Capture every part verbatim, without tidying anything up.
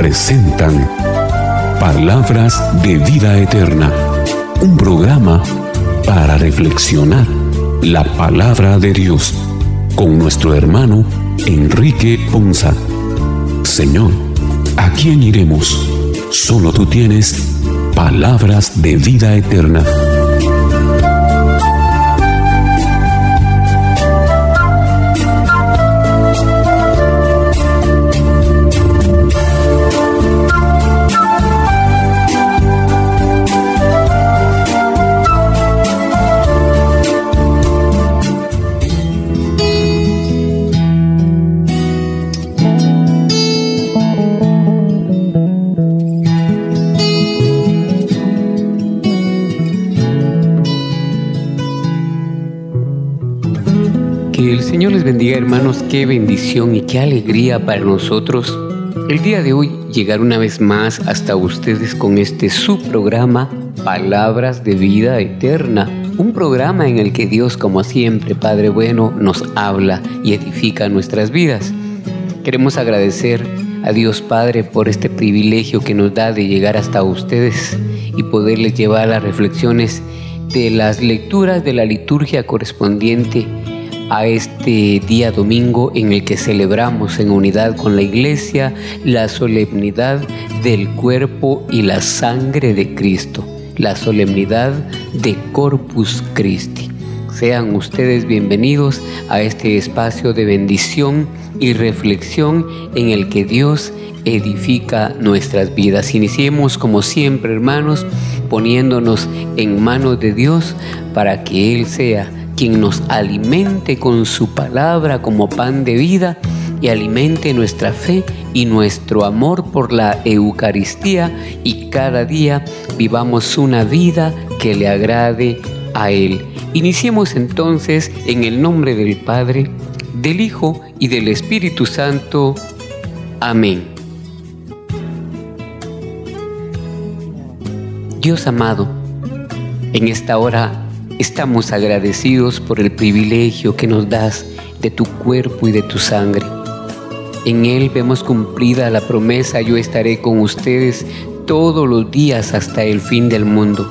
presentan Palabras de Vida Eterna, un programa para reflexionar la palabra de Dios con nuestro hermano Enrique Ponza. Señor, ¿a quién iremos? Solo tú tienes palabras de vida eterna. Que el Señor les bendiga, hermanos. Qué bendición y qué alegría para nosotros el día de hoy llegar una vez más hasta ustedes con este su programa Palabras de Vida Eterna, un programa en el que Dios, como siempre, Padre bueno, nos habla y edifica nuestras vidas. Queremos agradecer a Dios Padre por este privilegio que nos da de llegar hasta ustedes y poderles llevar las reflexiones de las lecturas de la liturgia correspondiente a este día domingo en el que celebramos en unidad con la Iglesia la solemnidad del cuerpo y la sangre de Cristo, la solemnidad de Corpus Christi. Sean ustedes bienvenidos a este espacio de bendición y reflexión en el que Dios edifica nuestras vidas. Iniciemos como siempre, hermanos, poniéndonos en manos de Dios para que Él sea quien nos alimente con su palabra como pan de vida y alimente nuestra fe y nuestro amor por la Eucaristía, y cada día vivamos una vida que le agrade a Él. Iniciemos entonces en el nombre del Padre, del Hijo y del Espíritu Santo. Amén. Dios amado, en esta hora estamos agradecidos por el privilegio que nos das de tu cuerpo y de tu sangre. En Él vemos cumplida la promesa: yo estaré con ustedes todos los días hasta el fin del mundo.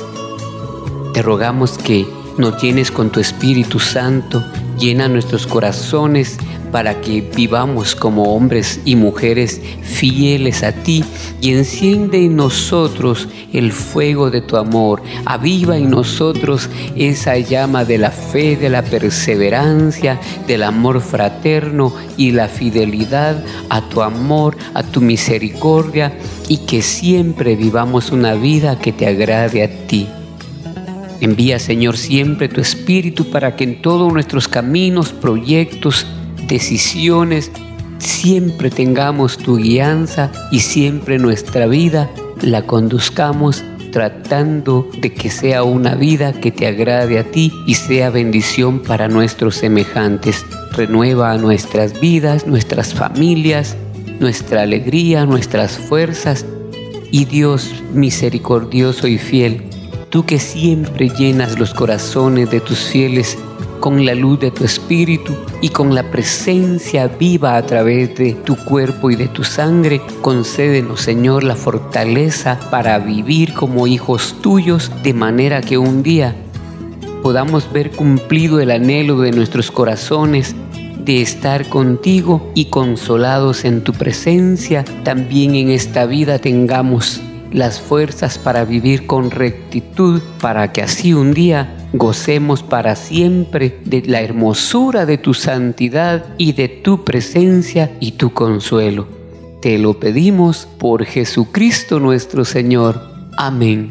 Te rogamos que nos llenes con tu Espíritu Santo, llena nuestros corazones para que vivamos como hombres y mujeres fieles a ti, y enciende en nosotros el fuego de tu amor, aviva en nosotros esa llama de la fe, de la perseverancia, del amor fraterno y la fidelidad a tu amor, a tu misericordia, y que siempre vivamos una vida que te agrade a ti. Envía, Señor, siempre tu Espíritu para que en todos nuestros caminos, proyectos, decisiones, siempre tengamos tu guianza y siempre nuestra vida la conduzcamos tratando de que sea una vida que te agrade a ti y sea bendición para nuestros semejantes. Renueva nuestras vidas, nuestras familias, nuestra alegría, nuestras fuerzas. Y Dios misericordioso y fiel, tú que siempre llenas los corazones de tus fieles con la luz de tu Espíritu y con la presencia viva a través de tu cuerpo y de tu sangre, concédenos, Señor, la fortaleza para vivir como hijos tuyos, de manera que un día podamos ver cumplido el anhelo de nuestros corazones de estar contigo y consolados en tu presencia. También en esta vida tengamos las fuerzas para vivir con rectitud, para que así un día gocemos para siempre de la hermosura de tu santidad y de tu presencia y tu consuelo. Te lo pedimos por Jesucristo nuestro Señor. Amén.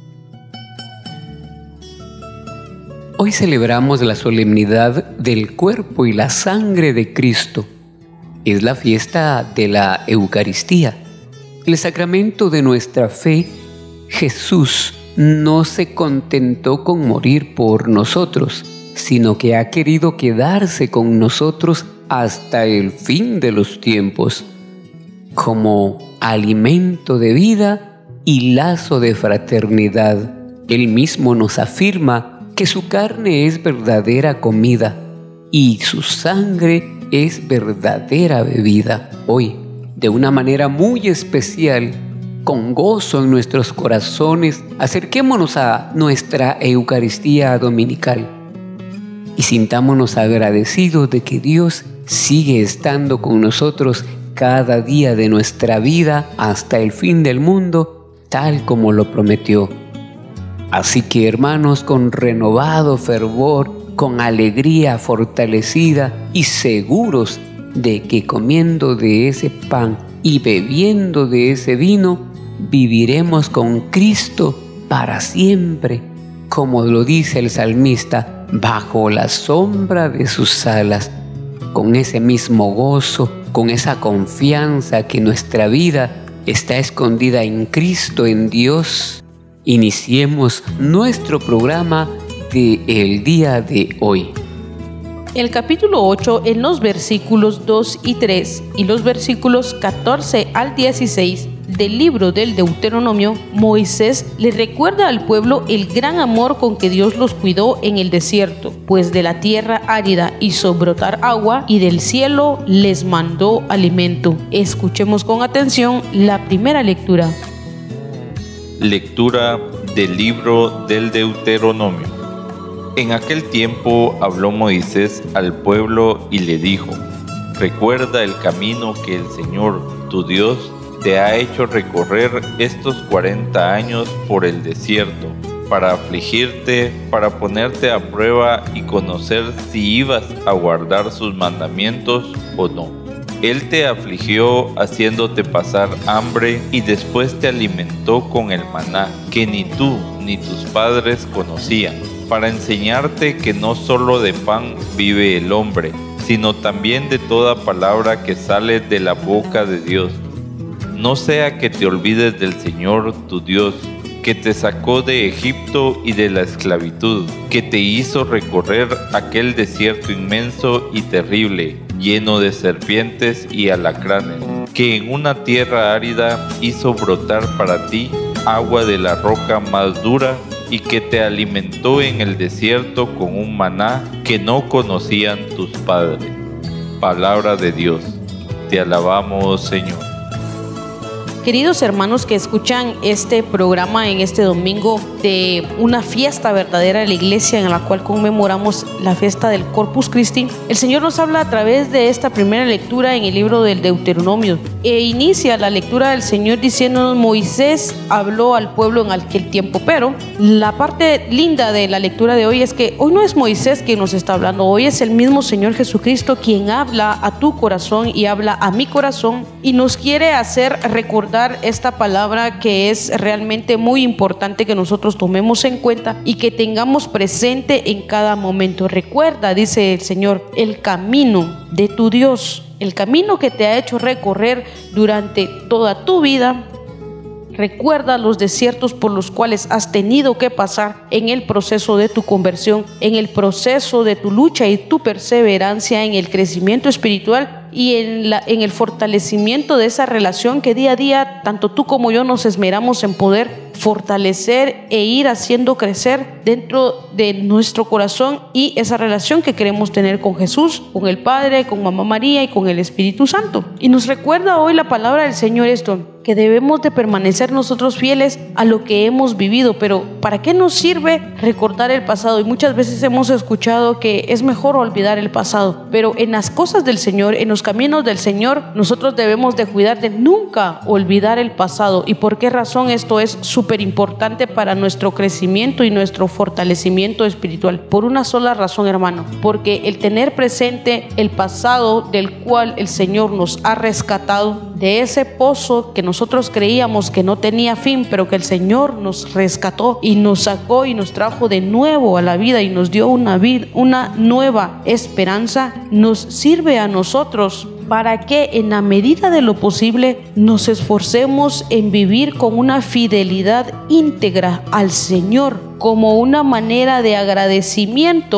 Hoy celebramos la solemnidad del cuerpo y la sangre de Cristo. Es la fiesta de la Eucaristía, el sacramento de nuestra fe. Jesús no se contentó con morir por nosotros, sino que ha querido quedarse con nosotros hasta el fin de los tiempos, como alimento de vida y lazo de fraternidad. Él mismo nos afirma que su carne es verdadera comida y su sangre es verdadera bebida. Hoy de una manera muy especial, con gozo en nuestros corazones, acerquémonos a nuestra Eucaristía dominical y sintámonos agradecidos de que Dios sigue estando con nosotros cada día de nuestra vida hasta el fin del mundo, tal como lo prometió. Así que, hermanos, con renovado fervor, con alegría fortalecida y seguros de que comiendo de ese pan y bebiendo de ese vino, viviremos con Cristo para siempre, como lo dice el salmista, bajo la sombra de sus alas, con ese mismo gozo, con esa confianza que nuestra vida está escondida en Cristo, en Dios. Iniciemos nuestro programa de el día de hoy. El capítulo ocho, en los versículos dos y tres y los versículos catorce al dieciséis del libro del Deuteronomio, Moisés le recuerda al pueblo el gran amor con que Dios los cuidó en el desierto, pues de la tierra árida hizo brotar agua y del cielo les mandó alimento. Escuchemos con atención la primera lectura. Lectura del libro del Deuteronomio. En aquel tiempo habló Moisés al pueblo y le dijo: recuerda el camino que el Señor, tu Dios, te ha hecho recorrer estos cuarenta años por el desierto, para afligirte, para ponerte a prueba y conocer si ibas a guardar sus mandamientos o no. Él te afligió haciéndote pasar hambre y después te alimentó con el maná, que ni tú ni tus padres conocían, para enseñarte que no solo de pan vive el hombre, sino también de toda palabra que sale de la boca de Dios. No sea que te olvides del Señor tu Dios, que te sacó de Egipto y de la esclavitud, que te hizo recorrer aquel desierto inmenso y terrible, lleno de serpientes y alacranes, que en una tierra árida hizo brotar para ti agua de la roca más dura, y que te alimentó en el desierto con un maná que no conocían tus padres. Palabra de Dios. Te alabamos, Señor. Queridos hermanos que escuchan este programa en este domingo de una fiesta verdadera de la iglesia en la cual conmemoramos la fiesta del Corpus Christi, el Señor nos habla a través de esta primera lectura en el libro del Deuteronomio e inicia la lectura del Señor diciéndonos: Moisés habló al pueblo en aquel tiempo. Pero la parte linda de la lectura de hoy es que hoy no es Moisés quien nos está hablando, hoy es el mismo Señor Jesucristo quien habla a tu corazón y habla a mi corazón y nos quiere hacer recordar esta palabra que es realmente muy importante que nosotros tomemos en cuenta y que tengamos presente en cada momento. Recuerda, dice el Señor, el camino de tu Dios, el camino que te ha hecho recorrer durante toda tu vida. Recuerda los desiertos por los cuales has tenido que pasar en el proceso de tu conversión, en el proceso de tu lucha y tu perseverancia en el crecimiento espiritual y en, la, en el fortalecimiento de esa relación que día a día tanto tú como yo nos esmeramos en poder fortalecer e ir haciendo crecer dentro de nuestro corazón, y esa relación que queremos tener con Jesús, con el Padre, con Mamá María y con el Espíritu Santo. Y nos recuerda hoy la palabra del Señor esto, que debemos de permanecer nosotros fieles a lo que hemos vivido. Pero ¿para qué nos sirve recordar el pasado? Y muchas veces hemos escuchado que es mejor olvidar el pasado, pero en las cosas del Señor, en los caminos del Señor, nosotros debemos de cuidar de nunca olvidar el pasado. ¿Y por qué razón esto es súper importante para nuestro crecimiento y nuestro fortalecimiento espiritual? Por una sola razón, hermano, porque el tener presente el pasado del cual el Señor nos ha rescatado, de ese pozo que nosotros creíamos que no tenía fin, pero que el Señor nos rescató y nos sacó y nos trajo de nuevo a la vida y nos dio una vida, una nueva esperanza, nos sirve a nosotros para que en la medida de lo posible nos esforcemos en vivir con una fidelidad íntegra al Señor, como una manera de agradecimiento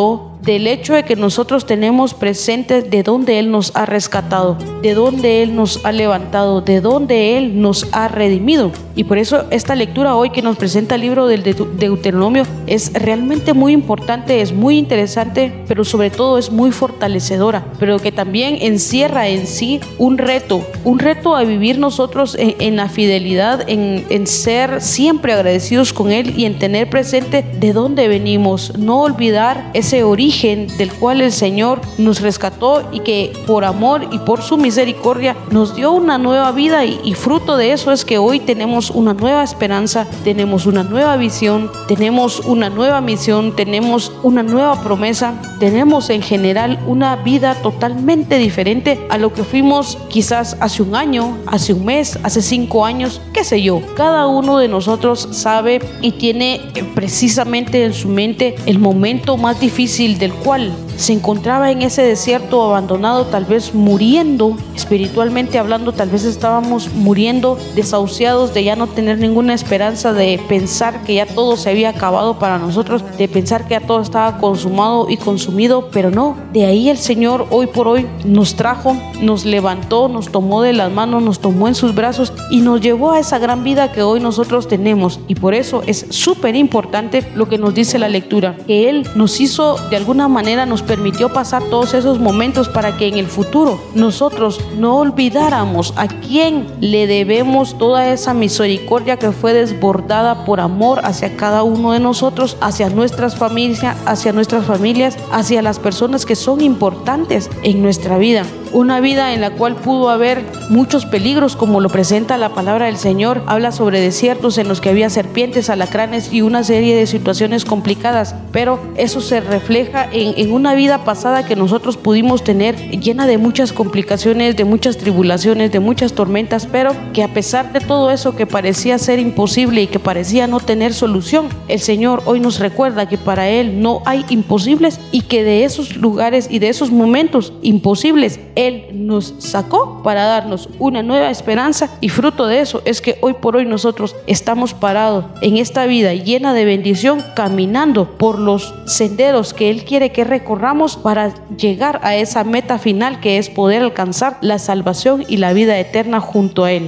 del hecho de que nosotros tenemos presente de dónde Él nos ha rescatado, de dónde Él nos ha levantado, de dónde Él nos ha redimido. Y por eso esta lectura hoy que nos presenta el libro del Deuteronomio es realmente muy importante, es muy interesante, pero sobre todo es muy fortalecedora, pero que también encierra en sí un reto, un reto a vivir nosotros en, en la fidelidad, en, en ser siempre agradecidos con Él y en tener presente de dónde venimos, no olvidar ese origen del cual el Señor nos rescató y que por amor y por su misericordia nos dio una nueva vida y, y fruto de eso es que hoy tenemos una nueva esperanza, tenemos una nueva visión, tenemos una nueva misión, tenemos una nueva promesa, tenemos en general una vida totalmente diferente a lo que fuimos quizás hace un año, hace un mes, hace cinco años, qué sé yo. Cada uno de nosotros sabe y tiene precisamente en su mente el momento más difícil del cual se encontraba en ese desierto abandonado, tal vez muriendo, espiritualmente hablando, tal vez estábamos muriendo, desahuciados de ya no tener ninguna esperanza, de pensar que ya todo se había acabado para nosotros, de pensar que ya todo estaba consumado y consumido, pero no, de ahí el Señor hoy por hoy nos trajo, nos levantó, nos tomó de las manos, nos tomó en sus brazos y nos llevó a esa gran vida que hoy nosotros tenemos. Y por eso es súper importante lo que nos dice la lectura, que Él nos hizo de alguna manera, nos permitió pasar todos esos momentos para que en el futuro nosotros no olvidáramos a quién le debemos toda esa misericordia que fue desbordada por amor hacia cada uno de nosotros, hacia nuestras familias, hacia nuestras familias, hacia las personas que son importantes en nuestra vida. Una vida en la cual pudo haber muchos peligros, como lo presenta la palabra del Señor. Habla sobre desiertos en los que había serpientes, alacranes y una serie de situaciones complicadas, pero eso se refleja en, en una vida pasada que nosotros pudimos tener, llena de muchas complicaciones, de muchas tribulaciones, de muchas tormentas, pero que a pesar de todo eso que parecía ser imposible y que parecía no tener solución, el Señor hoy nos recuerda que para Él no hay imposibles y que de esos lugares y de esos momentos imposibles Él nos sacó para darnos una nueva esperanza, y fruto de eso es que hoy por hoy nosotros estamos parados en esta vida llena de bendición, caminando por los senderos que Él quiere que recorramos para llegar a esa meta final, que es poder alcanzar la salvación y la vida eterna junto a Él.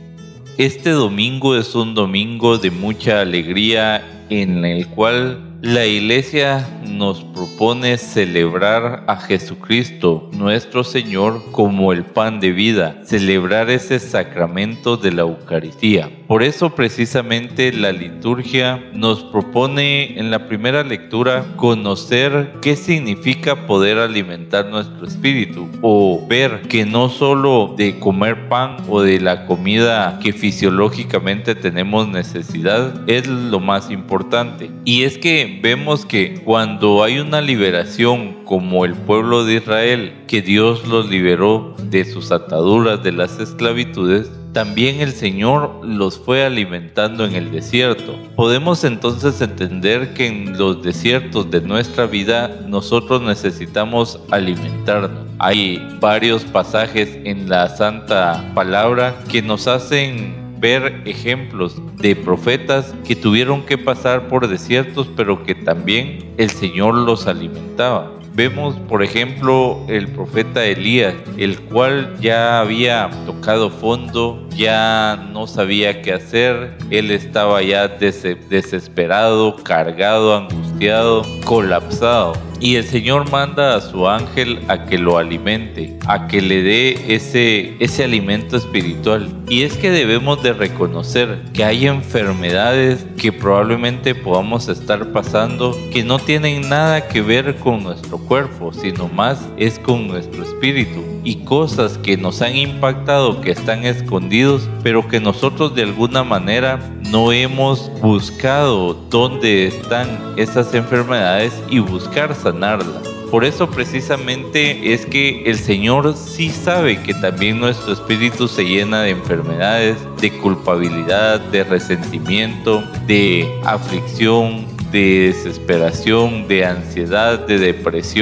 Este domingo es un domingo de mucha alegría en el cual la Iglesia nos propone celebrar a Jesucristo, nuestro Señor, como el pan de vida, celebrar ese sacramento de la Eucaristía. Por eso precisamente la liturgia nos propone en la primera lectura conocer qué significa poder alimentar nuestro espíritu, o ver que no solo de comer pan o de la comida que fisiológicamente tenemos necesidad es lo más importante. Y es que vemos que cuando hay una liberación como el pueblo de Israel, que Dios los liberó de sus ataduras, de las esclavitudes, también el Señor los fue alimentando en el desierto. Podemos entonces entender que en los desiertos de nuestra vida nosotros necesitamos alimentarnos. Hay varios pasajes en la Santa Palabra que nos hacen ver ejemplos de profetas que tuvieron que pasar por desiertos, pero que también el Señor los alimentaba. Vemos, por ejemplo, el profeta Elías, el cual ya había tocado fondo, ya no sabía qué hacer, él estaba ya des- desesperado, cargado, angustiado, colapsado. Y el Señor manda a su ángel a que lo alimente, a que le dé ese, ese alimento espiritual. Y es que debemos de reconocer que hay enfermedades que probablemente podamos estar pasando que no tienen nada que ver con nuestro cuerpo, sino más es con nuestro espíritu. Y cosas que nos han impactado, que están escondidos, pero que nosotros de alguna manera no hemos buscado dónde están esas enfermedades y buscar sanarlas. Por eso precisamente es que el Señor sí sabe que también nuestro espíritu se llena de enfermedades, de culpabilidad, de resentimiento, de aflicción, de desesperación, de ansiedad, de depresión,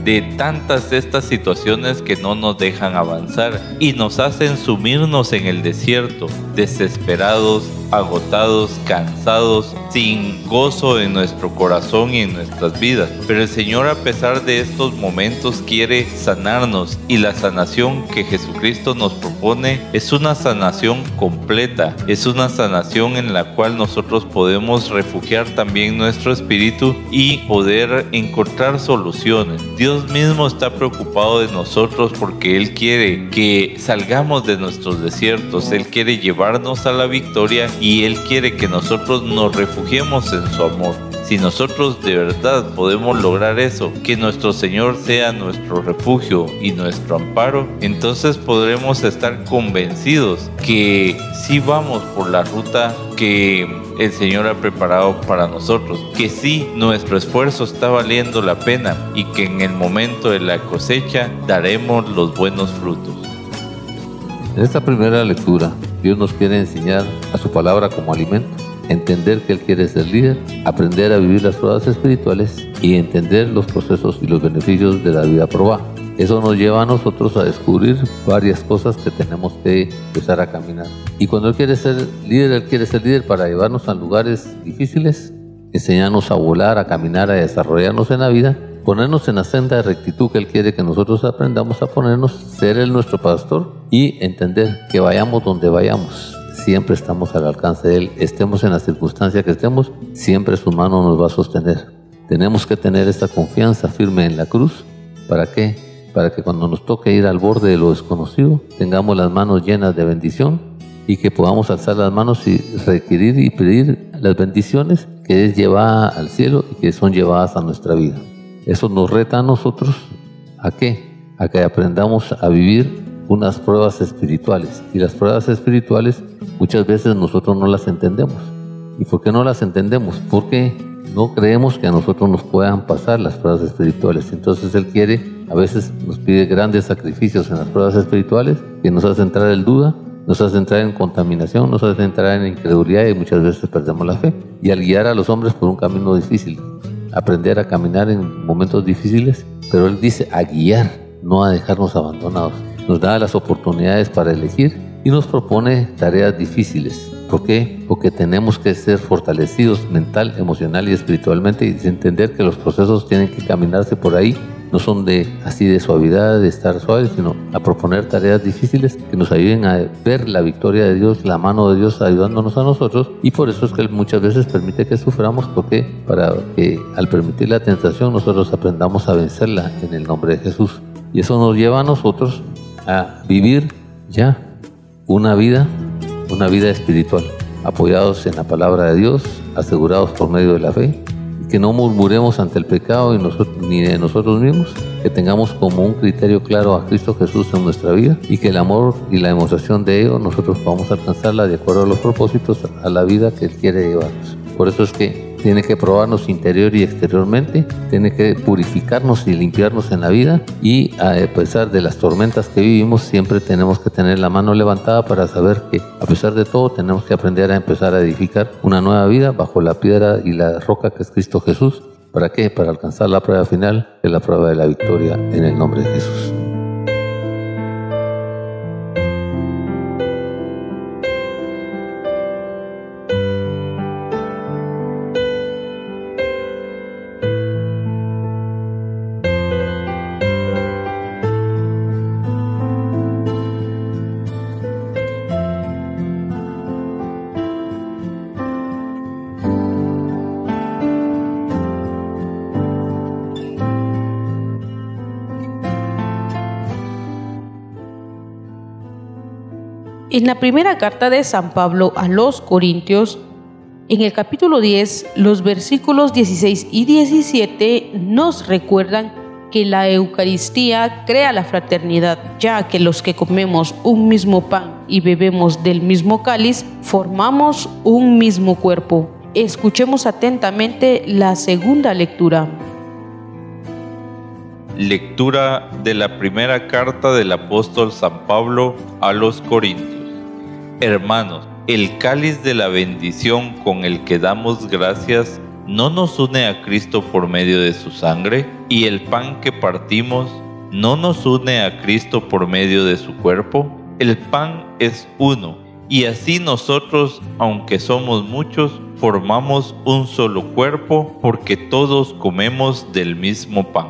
de tantas de estas situaciones que no nos dejan avanzar y nos hacen sumirnos en el desierto, desesperados, agotados, cansados, sin gozo en nuestro corazón y en nuestras vidas. Pero el Señor, a pesar de estos momentos, quiere sanarnos, y la sanación que Jesucristo nos propone es una sanación completa, es una sanación en la cual nosotros podemos refugiar también nuestro espíritu y poder encontrar soluciones. Dios mismo está preocupado de nosotros porque Él quiere que salgamos de nuestros desiertos, Él quiere llevarnos a la victoria y Él quiere que nosotros nos refugiemos en su amor. Si nosotros de verdad podemos lograr eso, que nuestro Señor sea nuestro refugio y nuestro amparo, entonces podremos estar convencidos que sí vamos por la ruta que el Señor ha preparado para nosotros, que sí nuestro esfuerzo está valiendo la pena y que en el momento de la cosecha daremos los buenos frutos. En esta primera lectura, Dios nos quiere enseñar a su palabra como alimento, entender que Él quiere ser líder, aprender a vivir las pruebas espirituales y entender los procesos y los beneficios de la vida probada. Eso nos lleva a nosotros a descubrir varias cosas que tenemos que empezar a caminar. Y cuando Él quiere ser líder, Él quiere ser líder para llevarnos a lugares difíciles, enseñarnos a volar, a caminar, a desarrollarnos en la vida, ponernos en la senda de rectitud que Él quiere que nosotros aprendamos a ponernos, ser Él nuestro pastor y entender que vayamos donde vayamos, siempre estamos al alcance de Él, estemos en la circunstancia que estemos, siempre su mano nos va a sostener. Tenemos que tener esta confianza firme en la cruz. ¿Para qué? Para que cuando nos toque ir al borde de lo desconocido, tengamos las manos llenas de bendición y que podamos alzar las manos y requerir y pedir las bendiciones que es llevada al cielo y que son llevadas a nuestra vida. Eso nos reta a nosotros, ¿a qué? A que aprendamos a vivir unas pruebas espirituales. Y las pruebas espirituales muchas veces nosotros no las entendemos. ¿Y por qué no las entendemos? Porque no creemos que a nosotros nos puedan pasar las pruebas espirituales. Entonces Él quiere, a veces nos pide grandes sacrificios en las pruebas espirituales, que nos hace entrar en duda, nos hace entrar en contaminación, nos hace entrar en incredulidad y muchas veces perdemos la fe. Y al guiar a los hombres por un camino difícil, aprender a caminar en momentos difíciles, pero Él dice a guiar, no a dejarnos abandonados. Nos da las oportunidades para elegir y nos propone tareas difíciles. ¿Por qué? Porque tenemos que ser fortalecidos mental, emocional y espiritualmente y entender que los procesos tienen que caminarse por ahí. No son de así de suavidad, de estar suaves, sino a proponer tareas difíciles que nos ayuden a ver la victoria de Dios, la mano de Dios ayudándonos a nosotros. Y por eso es que Él muchas veces permite que suframos, porque para que al permitir la tentación nosotros aprendamos a vencerla en el nombre de Jesús. Y eso nos lleva a nosotros a vivir ya una vida, una vida espiritual, apoyados en la palabra de Dios, asegurados por medio de la fe, y que no murmuremos ante el pecado y nosotros, ni de nosotros mismos, que tengamos como un criterio claro a Cristo Jesús en nuestra vida y que el amor y la demostración de ello nosotros podamos alcanzarla de acuerdo a los propósitos, a la vida que Él quiere llevarnos. Por eso es que tiene que probarnos interior y exteriormente, tiene que purificarnos y limpiarnos en la vida, y a pesar de las tormentas que vivimos siempre tenemos que tener la mano levantada para saber que a pesar de todo tenemos que aprender a empezar a edificar una nueva vida bajo la piedra y la roca que es Cristo Jesús. ¿Para qué? Para alcanzar la prueba final, que es la prueba de la victoria en el nombre de Jesús. En la primera carta de San Pablo a los Corintios, en el capítulo diez, los versículos dieciséis y diecisiete nos recuerdan que la Eucaristía crea la fraternidad, ya que los que comemos un mismo pan y bebemos del mismo cáliz, formamos un mismo cuerpo. Escuchemos atentamente la segunda lectura. Lectura de la primera carta del apóstol San Pablo a los Corintios. Hermanos, el cáliz de la bendición con el que damos gracias ¿no nos une a Cristo por medio de su sangre? ¿Y el pan que partimos no nos une a Cristo por medio de su cuerpo? El pan es uno, y así nosotros, aunque somos muchos, formamos un solo cuerpo, porque todos comemos del mismo pan.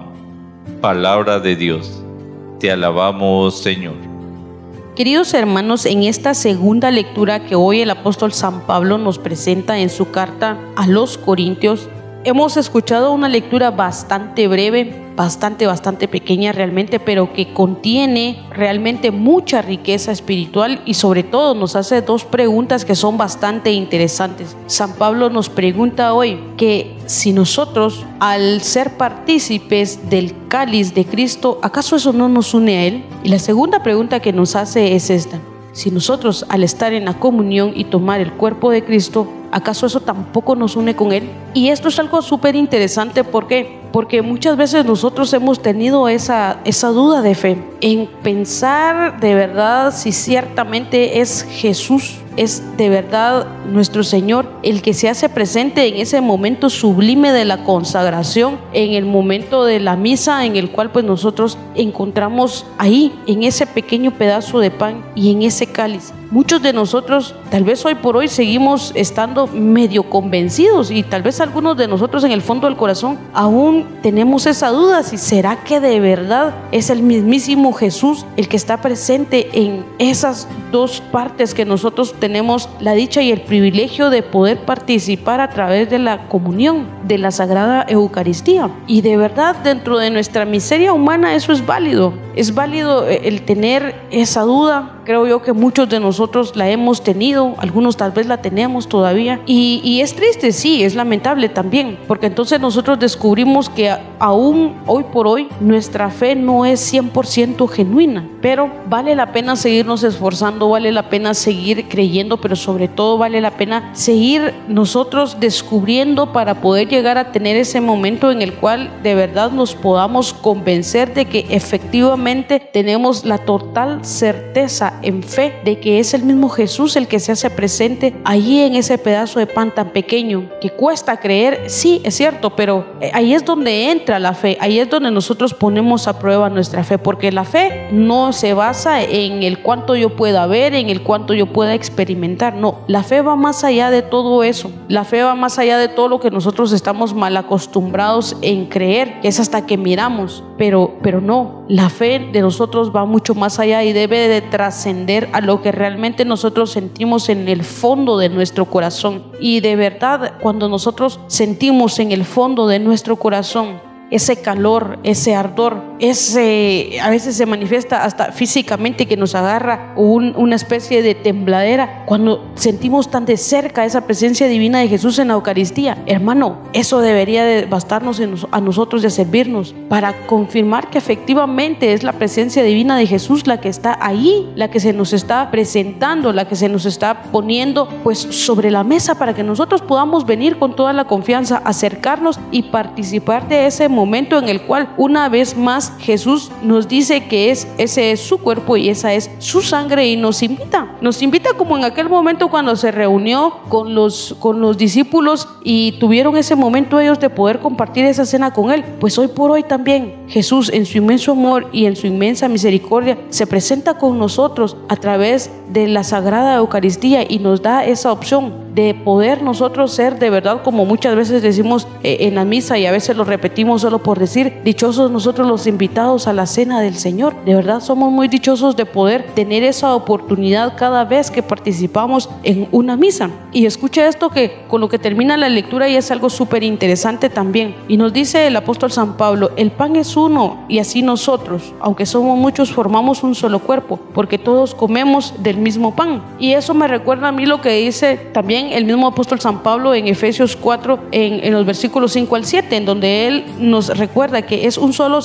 Palabra de Dios. Te alabamos, Señor. Queridos hermanos, en esta segunda lectura que hoy el apóstol San Pablo nos presenta en su carta a los Corintios, hemos escuchado una lectura bastante breve, bastante, bastante pequeña realmente, pero que contiene realmente mucha riqueza espiritual y sobre todo nos hace dos preguntas que son bastante interesantes. San Pablo nos pregunta hoy que si nosotros, al ser partícipes del cáliz de Cristo, ¿acaso eso no nos une a Él? Y la segunda pregunta que nos hace es esta: si nosotros, al estar en la comunión y tomar el cuerpo de Cristo, ¿acaso eso tampoco nos une con Él? Y esto es algo súper interesante. ¿Por qué? Porque muchas veces nosotros hemos tenido esa, esa duda de fe, en pensar de verdad si ciertamente es Jesús, es de verdad nuestro Señor el que se hace presente en ese momento sublime de la consagración, en el momento de la misa, en el cual pues nosotros encontramos ahí, en ese pequeño pedazo de pan y en ese cáliz. Muchos de nosotros, tal vez hoy por hoy, seguimos estando medio convencidos, y tal vez algunos de nosotros en el fondo del corazón aún tenemos esa duda: si será que de verdad es el mismísimo Jesús el que está presente en esas dos partes que nosotros tenemos la dicha y el privilegio de poder participar a través de la comunión, de la Sagrada Eucaristía. Y de verdad, dentro de nuestra miseria humana, eso es válido. Es válido el tener esa duda. Creo yo que muchos de nosotros la hemos tenido, algunos tal vez la tenemos todavía, y, y es triste, sí, es lamentable también, porque entonces nosotros descubrimos que aún hoy por hoy nuestra fe no es cien por ciento genuina, pero vale la pena seguirnos esforzando, vale la pena seguir creyendo, pero sobre todo vale la pena seguir nosotros descubriendo para poder llegar a tener ese momento en el cual de verdad nos podamos convencer de que efectivamente tenemos la total certeza en fe de que es el mismo Jesús el que se hace presente allí en ese pedazo de pan tan pequeño, que cuesta creer, sí, es cierto, pero ahí es donde entra la fe, ahí es donde nosotros ponemos a prueba nuestra fe, porque la fe no se basa en el cuánto yo pueda ver, en el cuánto yo pueda experimentar, no, la fe va más allá de todo eso, la fe va más allá de todo lo que nosotros estamos mal acostumbrados en creer, que es hasta que miramos, pero, pero no, la fe de nosotros va mucho más allá y debe de trascender a lo que realmente nosotros sentimos en el fondo de nuestro corazón. Y de verdad, cuando nosotros sentimos en el fondo de nuestro corazón ese calor, ese ardor, ese, a veces se manifiesta hasta físicamente, que nos agarra un, una especie de tembladera cuando sentimos tan de cerca esa presencia divina de Jesús en la Eucaristía. Hermano, eso debería de bastarnos en, a nosotros, de servirnos para confirmar que efectivamente es la presencia divina de Jesús la que está ahí, la que se nos está presentando, la que se nos está poniendo pues sobre la mesa, para que nosotros podamos venir con toda la confianza, acercarnos y participar de ese momento momento en el cual una vez más Jesús nos dice que es, ese es su cuerpo y esa es su sangre, y nos invita, nos invita como en aquel momento cuando se reunió con los, con los discípulos y tuvieron ese momento ellos de poder compartir esa cena con Él. Pues hoy por hoy también Jesús, en su inmenso amor y en su inmensa misericordia, se presenta con nosotros a través de la Sagrada Eucaristía y nos da esa opción de poder nosotros ser de verdad, como muchas veces decimos eh, en la misa, y a veces lo repetimos solo por decir, dichosos nosotros los invitados a la cena del Señor. De verdad somos muy dichosos de poder tener esa oportunidad cada vez que participamos en una misa. Y escucha esto que con lo que termina la lectura, y es algo súper interesante también, y nos dice el apóstol San Pablo: el pan es uno, y así nosotros, aunque somos muchos, formamos un solo cuerpo, porque todos comemos del mismo pan. Y eso me recuerda a mí lo que dice también el mismo apóstol San Pablo en Efesios cuatro, en, en los versículos cinco al siete, en donde él nos recuerda que es un solo Señor,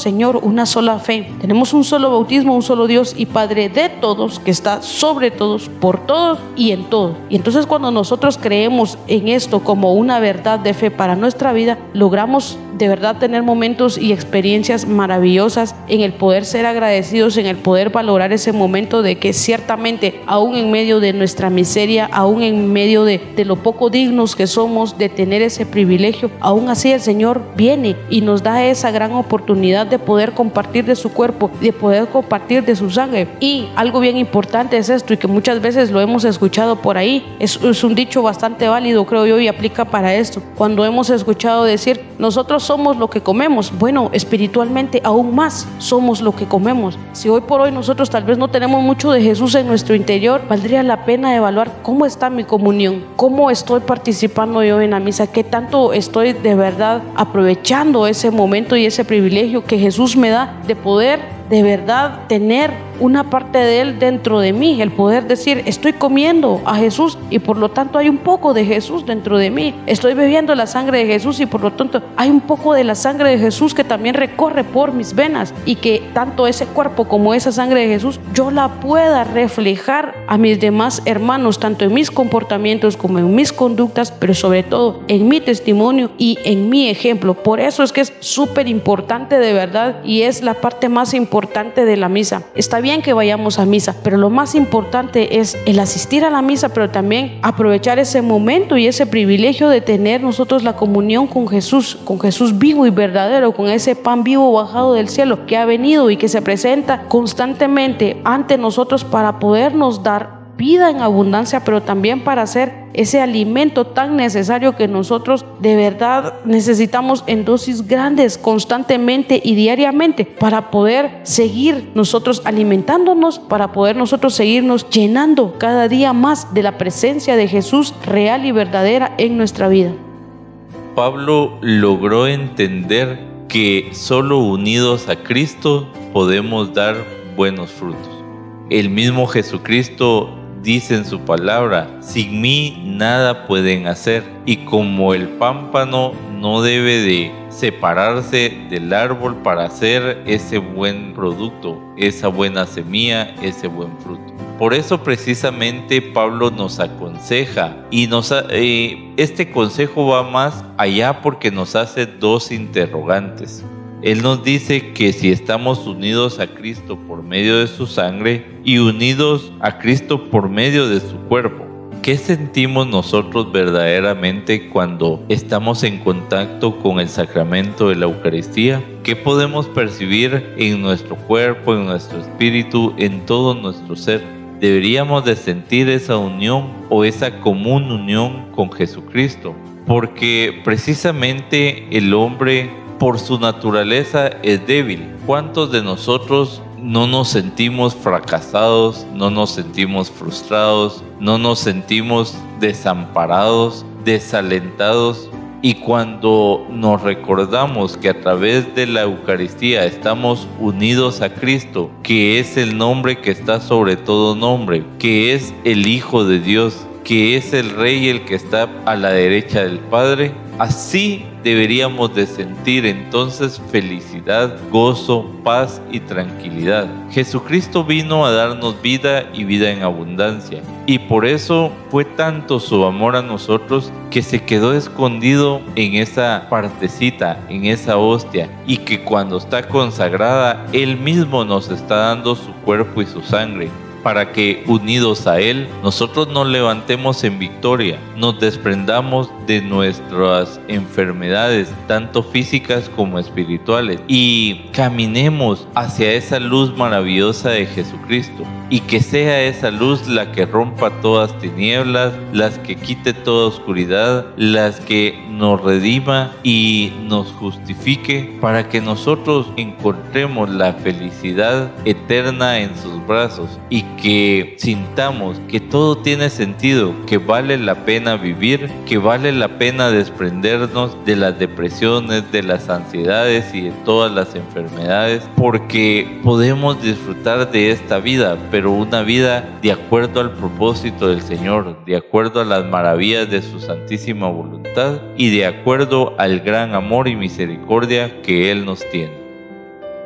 una sola fe. Tenemos un solo bautismo, un solo Dios y Padre de todos, que está sobre todos, por todos y en todo. Y entonces cuando nosotros creemos en esto como una verdad de fe para nuestra vida, logramos de verdad tener momentos y experiencias maravillosas en el poder ser agradecidos, en el poder valorar ese momento de que ciertamente aún en medio de nuestra miseria, aún en medio de, de lo poco dignos que somos de tener ese privilegio, aún así el Señor viene y nos da esa gran oportunidad de poder compartir de su cuerpo, de poder compartir de su sangre. Y algo bien importante es esto, y que muchas veces lo hemos escuchado por ahí, es, es un dicho bastante válido, creo yo, y aplica para esto. Cuando hemos escuchado decir, nosotros somos lo que comemos. Bueno, espiritualmente aún más somos lo que comemos. Si hoy por hoy nosotros tal vez no tenemos mucho de Jesús en nuestro interior, valdría la pena evaluar cómo está mi comunión, cómo estoy participando yo en la misa, qué tanto estoy de verdad aprovechando ese momento y ese privilegio que Jesús me da de poder de verdad tener una parte de Él dentro de mí, el poder decir, estoy comiendo a Jesús y por lo tanto hay un poco de Jesús dentro de mí, estoy bebiendo la sangre de Jesús y por lo tanto hay un poco de la sangre de Jesús que también recorre por mis venas, y que tanto ese cuerpo como esa sangre de Jesús yo la pueda reflejar a mis demás hermanos, tanto en mis comportamientos como en mis conductas, pero sobre todo en mi testimonio y en mi ejemplo. Por eso es que es súper importante de verdad, y es la parte más importante importante de la misa. Está bien que vayamos a misa, pero lo más importante es el asistir a la misa, pero también aprovechar ese momento y ese privilegio de tener nosotros la comunión con Jesús, con Jesús vivo y verdadero, con ese pan vivo bajado del cielo que ha venido y que se presenta constantemente ante nosotros para podernos dar vida en abundancia, pero también para hacer ese alimento tan necesario que nosotros de verdad necesitamos en dosis grandes, constantemente y diariamente, para poder seguir nosotros alimentándonos, para poder nosotros seguirnos llenando cada día más de la presencia de Jesús real y verdadera en nuestra vida. Pablo logró entender que solo unidos a Cristo podemos dar buenos frutos. El mismo Jesucristo dice en su palabra, sin mí nada pueden hacer, y como el pámpano no debe de separarse del árbol para hacer ese buen producto, esa buena semilla, ese buen fruto. Por eso precisamente Pablo nos aconseja, y nos, eh, este consejo va más allá porque nos hace dos interrogantes. Él nos dice que si estamos unidos a Cristo por medio de su sangre y unidos a Cristo por medio de su cuerpo, ¿qué sentimos nosotros verdaderamente cuando estamos en contacto con el sacramento de la Eucaristía? ¿Qué podemos percibir en nuestro cuerpo, en nuestro espíritu, en todo nuestro ser? Deberíamos de sentir esa unión o esa común unión con Jesucristo, porque precisamente el hombre por su naturaleza es débil. ¿Cuántos de nosotros no nos sentimos fracasados, no nos sentimos frustrados, no nos sentimos desamparados, desalentados? Y cuando nos recordamos que a través de la Eucaristía estamos unidos a Cristo, que es el nombre que está sobre todo nombre, que es el Hijo de Dios, que es el Rey, el que está a la derecha del Padre, así deberíamos de sentir entonces felicidad, gozo, paz y tranquilidad. Jesucristo vino a darnos vida y vida en abundancia, y por eso fue tanto su amor a nosotros que se quedó escondido en esa partecita, en esa hostia, y que cuando está consagrada, Él mismo nos está dando su cuerpo y su sangre, para que unidos a Él nosotros nos levantemos en victoria, nos desprendamos de nuestras enfermedades, tanto físicas como espirituales, y caminemos hacia esa luz maravillosa de Jesucristo, y que sea esa luz la que rompa todas tinieblas, las que quite toda oscuridad, las que nos redima y nos justifique, para que nosotros encontremos la felicidad eterna en sus brazos, y que sintamos que todo tiene sentido, que vale la pena vivir, que vale la pena desprendernos de las depresiones, de las ansiedades y de todas las enfermedades, porque podemos disfrutar de esta vida, pero una vida de acuerdo al propósito del Señor, de acuerdo a las maravillas de su santísima voluntad y de acuerdo al gran amor y misericordia que Él nos tiene.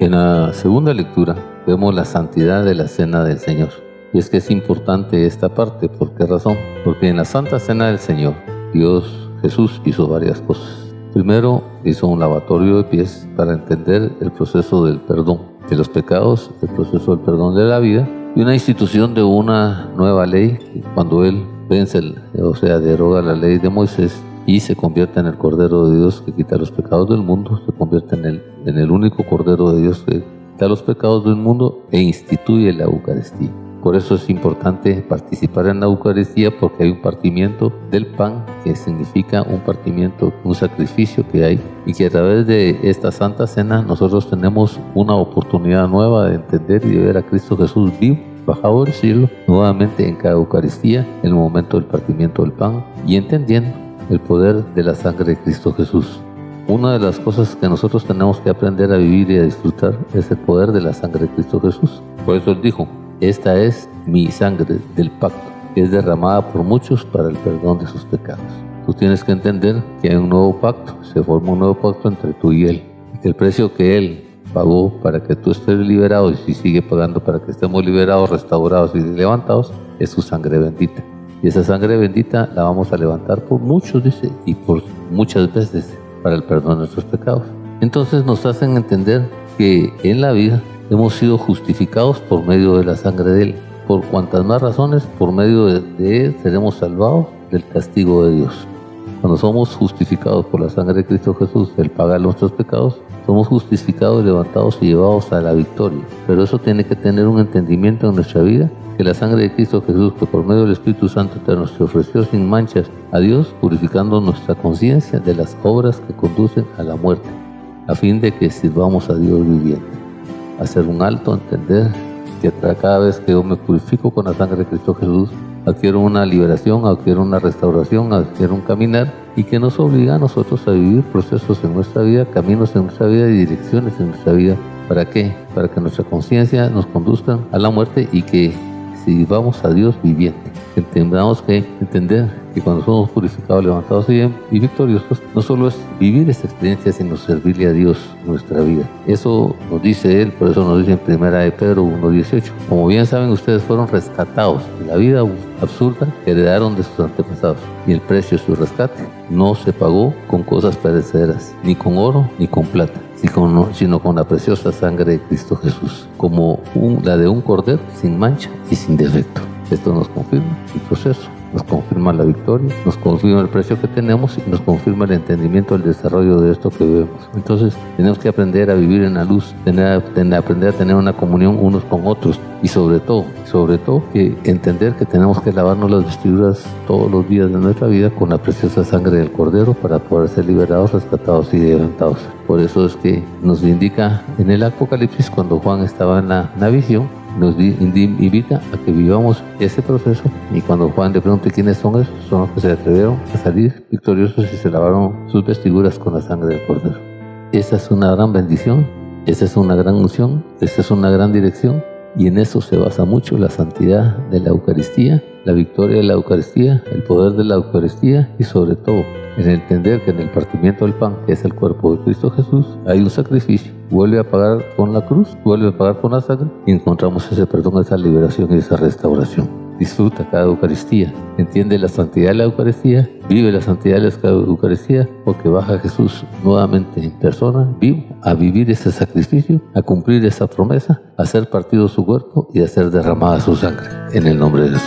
En la segunda lectura vemos la santidad de la Cena del Señor. Y es que es importante esta parte. ¿Por qué razón? Porque en la Santa Cena del Señor, Dios, Jesús, hizo varias cosas. Primero, hizo un lavatorio de pies para entender el proceso del perdón de los pecados, el proceso del perdón de la vida, y una institución de una nueva ley. Cuando Él vence, o sea, deroga la ley de Moisés y se convierte en el Cordero de Dios que quita los pecados del mundo, se convierte en el, en el único Cordero de Dios que quita los pecados del mundo e instituye la Eucaristía. Por eso es importante participar en la Eucaristía, porque hay un partimiento del pan que significa un partimiento, un sacrificio que hay, y que a través de esta Santa Cena nosotros tenemos una oportunidad nueva de entender y de ver a Cristo Jesús vivo, bajado del cielo, nuevamente en cada Eucaristía, en el momento del partimiento del pan, y entendiendo el poder de la sangre de Cristo Jesús. Una de las cosas que nosotros tenemos que aprender a vivir y a disfrutar es el poder de la sangre de Cristo Jesús. Por eso Él dijo: esta es mi sangre del pacto, que es derramada por muchos para el perdón de sus pecados. Tú tienes que entender que hay un nuevo pacto, se forma un nuevo pacto entre tú y Él, y que el precio que Él pagó para que tú estés liberado, y si sigue pagando para que estemos liberados, restaurados y levantados, es su sangre bendita. Y esa sangre bendita la vamos a levantar por muchos, dice, y por muchas veces para el perdón de nuestros pecados. Entonces nos hacen entender que en la vida hemos sido justificados por medio de la sangre de Él. Por cuantas más razones, por medio de, de Él seremos salvados del castigo de Dios. Cuando somos justificados por la sangre de Cristo Jesús, Él paga nuestros pecados, somos justificados, levantados y llevados a la victoria. Pero eso tiene que tener un entendimiento en nuestra vida, que la sangre de Cristo Jesús, que por medio del Espíritu Santo te nos ofreció sin manchas a Dios, purificando nuestra conciencia de las obras que conducen a la muerte, a fin de que sirvamos a Dios viviente. Hacer un alto, entender que cada vez que yo me purifico con la sangre de Cristo Jesús, adquiero una liberación, adquiero una restauración, adquiero un caminar, y que nos obliga a nosotros a vivir procesos en nuestra vida, caminos en nuestra vida y direcciones en nuestra vida. ¿Para qué? Para que nuestra conciencia nos conduzca a la muerte y que sirvamos a Dios viviente. Tendremos que entender que cuando somos purificados, levantados y, y victoriosos, no solo es vivir esa experiencia, sino servirle a Dios en nuestra vida. Eso nos dice Él, por eso nos dice en primera de Pedro uno dieciocho. Como bien saben, ustedes fueron rescatados de la vida absurda que heredaron de sus antepasados, y el precio de su rescate no se pagó con cosas perecederas, ni con oro, ni con plata, sino con la preciosa sangre de Cristo Jesús, como un, la de un cordero sin mancha y sin defecto. Esto nos confirma el proceso, nos confirma la victoria, nos confirma el precio que tenemos y nos confirma el entendimiento del desarrollo de esto que vemos. Entonces tenemos que aprender a vivir en la luz, tener, tener, aprender a tener una comunión unos con otros, y sobre todo, sobre todo que entender que tenemos que lavarnos las vestiduras todos los días de nuestra vida con la preciosa sangre del Cordero para poder ser liberados, rescatados y levantados. Por eso es que nos indica en el Apocalipsis, cuando Juan estaba en la, en la visión, nos invita a que vivamos ese proceso, y cuando Juan le pregunta quiénes son esos, son los que se atrevieron a salir victoriosos y se lavaron sus vestiduras con la sangre del Cordero. Esa es una gran bendición, esa es una gran unción, esa es una gran dirección, y en eso se basa mucho la santidad de la Eucaristía, la victoria de la Eucaristía, el poder de la Eucaristía, y sobre todo en entender que en el partimiento del pan, que es el cuerpo de Cristo Jesús, hay un sacrificio. Vuelve a pagar con la cruz, vuelve a pagar con la sangre, y encontramos ese perdón, esa liberación y esa restauración. Disfruta cada Eucaristía, entiende la santidad de la Eucaristía, vive la santidad de la Eucaristía, porque baja Jesús nuevamente en persona, vivo, a vivir ese sacrificio, a cumplir esa promesa, a hacer partido su cuerpo y a hacer derramada su sangre, en el nombre de Jesús.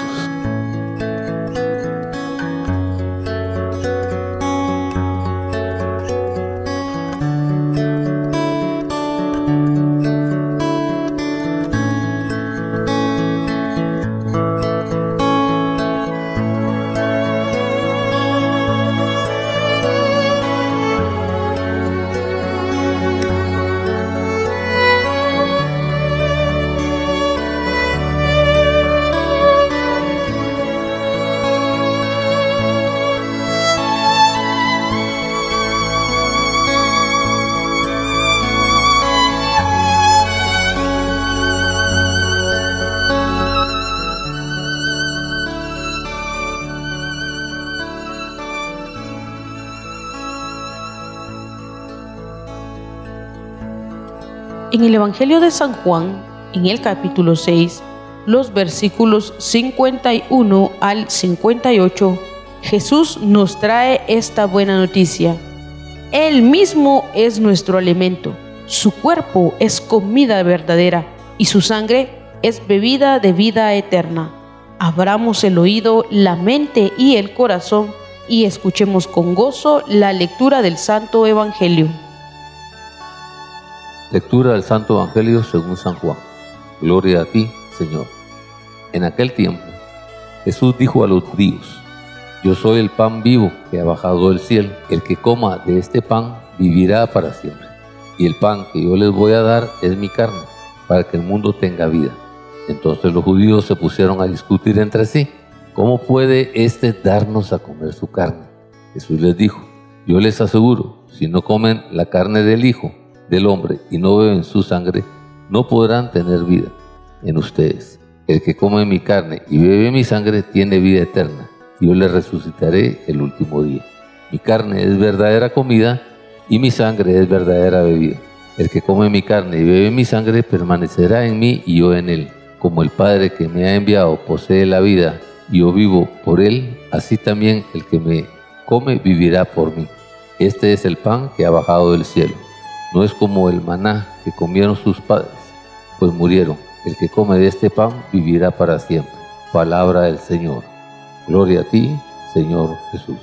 En el Evangelio de San Juan, en el capítulo seis, los versículos cincuenta y uno al cincuenta y ocho, Jesús nos trae esta buena noticia. Él mismo es nuestro alimento, su cuerpo es comida verdadera y su sangre es bebida de vida eterna. Abramos el oído, la mente y el corazón y escuchemos con gozo la lectura del Santo Evangelio. Lectura del Santo Evangelio según San Juan. Gloria a ti, Señor. En aquel tiempo, Jesús dijo a los judíos: Yo soy el pan vivo que ha bajado del cielo. El que coma de este pan vivirá para siempre. Y el pan que yo les voy a dar es mi carne, para que el mundo tenga vida. Entonces los judíos se pusieron a discutir entre sí: ¿Cómo puede éste darnos a comer su carne? Jesús les dijo: Yo les aseguro, si no comen la carne del Hijo del Hombre y no beben su sangre, no podrán tener vida en ustedes. El que come mi carne y bebe mi sangre tiene vida eterna, y yo le resucitaré el último día. Mi carne es verdadera comida y mi sangre es verdadera bebida. El que come mi carne y bebe mi sangre permanecerá en mí y yo en él. Como el Padre que me ha enviado posee la vida y yo vivo por él, así también el que me come vivirá por mí. Este es el pan que ha bajado del cielo. No es como el maná que comieron sus padres, pues murieron. El que come de este pan vivirá para siempre. Palabra del Señor. Gloria a ti, Señor Jesús.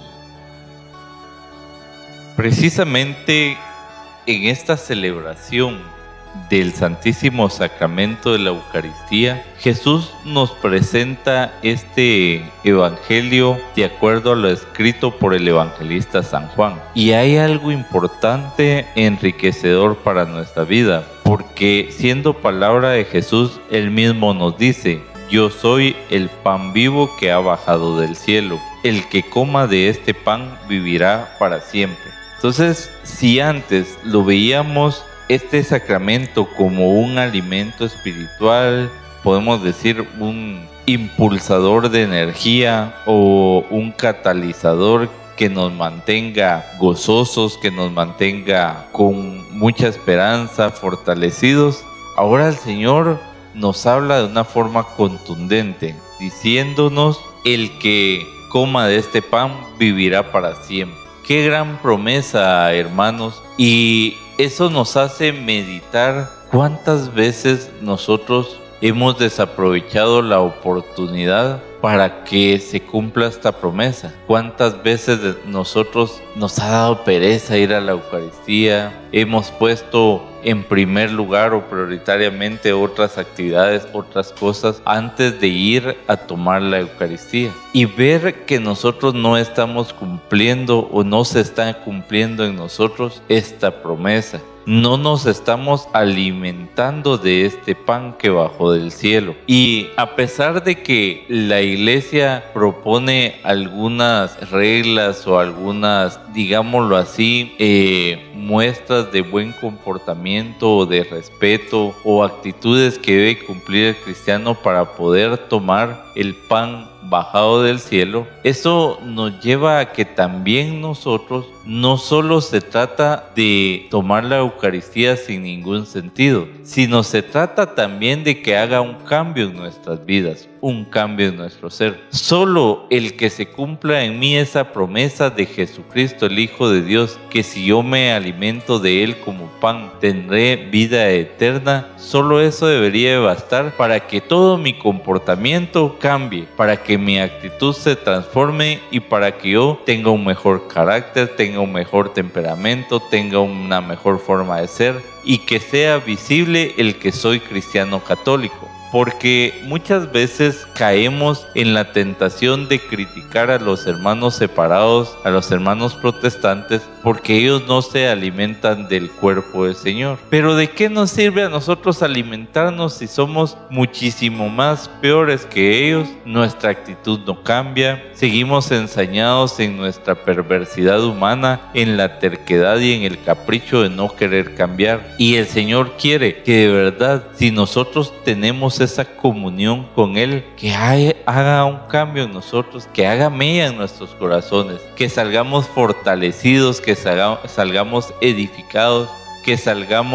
Precisamente en esta celebración del Santísimo Sacramento de la Eucaristía, Jesús nos presenta este Evangelio de acuerdo a lo escrito por el evangelista San Juan. Y hay algo importante, enriquecedor para nuestra vida, porque siendo palabra de Jesús, Él mismo nos dice: Yo soy el pan vivo que ha bajado del cielo. El que coma de este pan vivirá para siempre. Entonces, si antes lo veíamos este sacramento como un alimento espiritual, podemos decir un impulsador de energía o un catalizador que nos mantenga gozosos, que nos mantenga con mucha esperanza, fortalecidos, ahora el Señor nos habla de una forma contundente, diciéndonos: el que coma de este pan vivirá para siempre. Qué gran promesa, hermanos, y eso nos hace meditar cuántas veces nosotros hemos desaprovechado la oportunidad para que se cumpla esta promesa. Cuántas veces nosotros nos ha dado pereza ir a la Eucaristía, hemos puesto en primer lugar o prioritariamente otras actividades, otras cosas antes de ir a tomar la Eucaristía, y ver que nosotros no estamos cumpliendo o no se está cumpliendo en nosotros esta promesa. No nos estamos alimentando de este pan que bajó del cielo. Y a pesar de que la Iglesia propone algunas reglas o algunas, digámoslo así, eh, muestras de buen comportamiento o de respeto o actitudes que debe cumplir el cristiano para poder tomar el pan bajado del cielo, eso nos lleva a que también nosotros no solo se trata de tomar la Eucaristía sin ningún sentido, sino se trata también de que haga un cambio en nuestras vidas, un cambio en nuestro ser. Solo el que se cumpla en mí esa promesa de Jesucristo, el Hijo de Dios, que si yo me alimento de Él como pan, tendré vida eterna, solo eso debería de bastar para que todo mi comportamiento cambie, para que mi actitud se transforme y para que yo tenga un mejor carácter, tenga un mejor temperamento, tenga una mejor forma de ser y que sea visible el que soy cristiano católico. Porque muchas veces caemos en la tentación de criticar a los hermanos separados, a los hermanos protestantes, porque ellos no se alimentan del cuerpo del Señor. Pero ¿de qué nos sirve a nosotros alimentarnos si somos muchísimo más peores que ellos? Nuestra actitud no cambia, seguimos ensañados en nuestra perversidad humana, en la terquedad y en el capricho de no querer cambiar. Y el Señor quiere que de verdad, si nosotros tenemos esa comunión con Él, que haga un cambio en nosotros, que haga mella en nuestros corazones, que salgamos fortalecidos, que salgamos edificados, que salgamos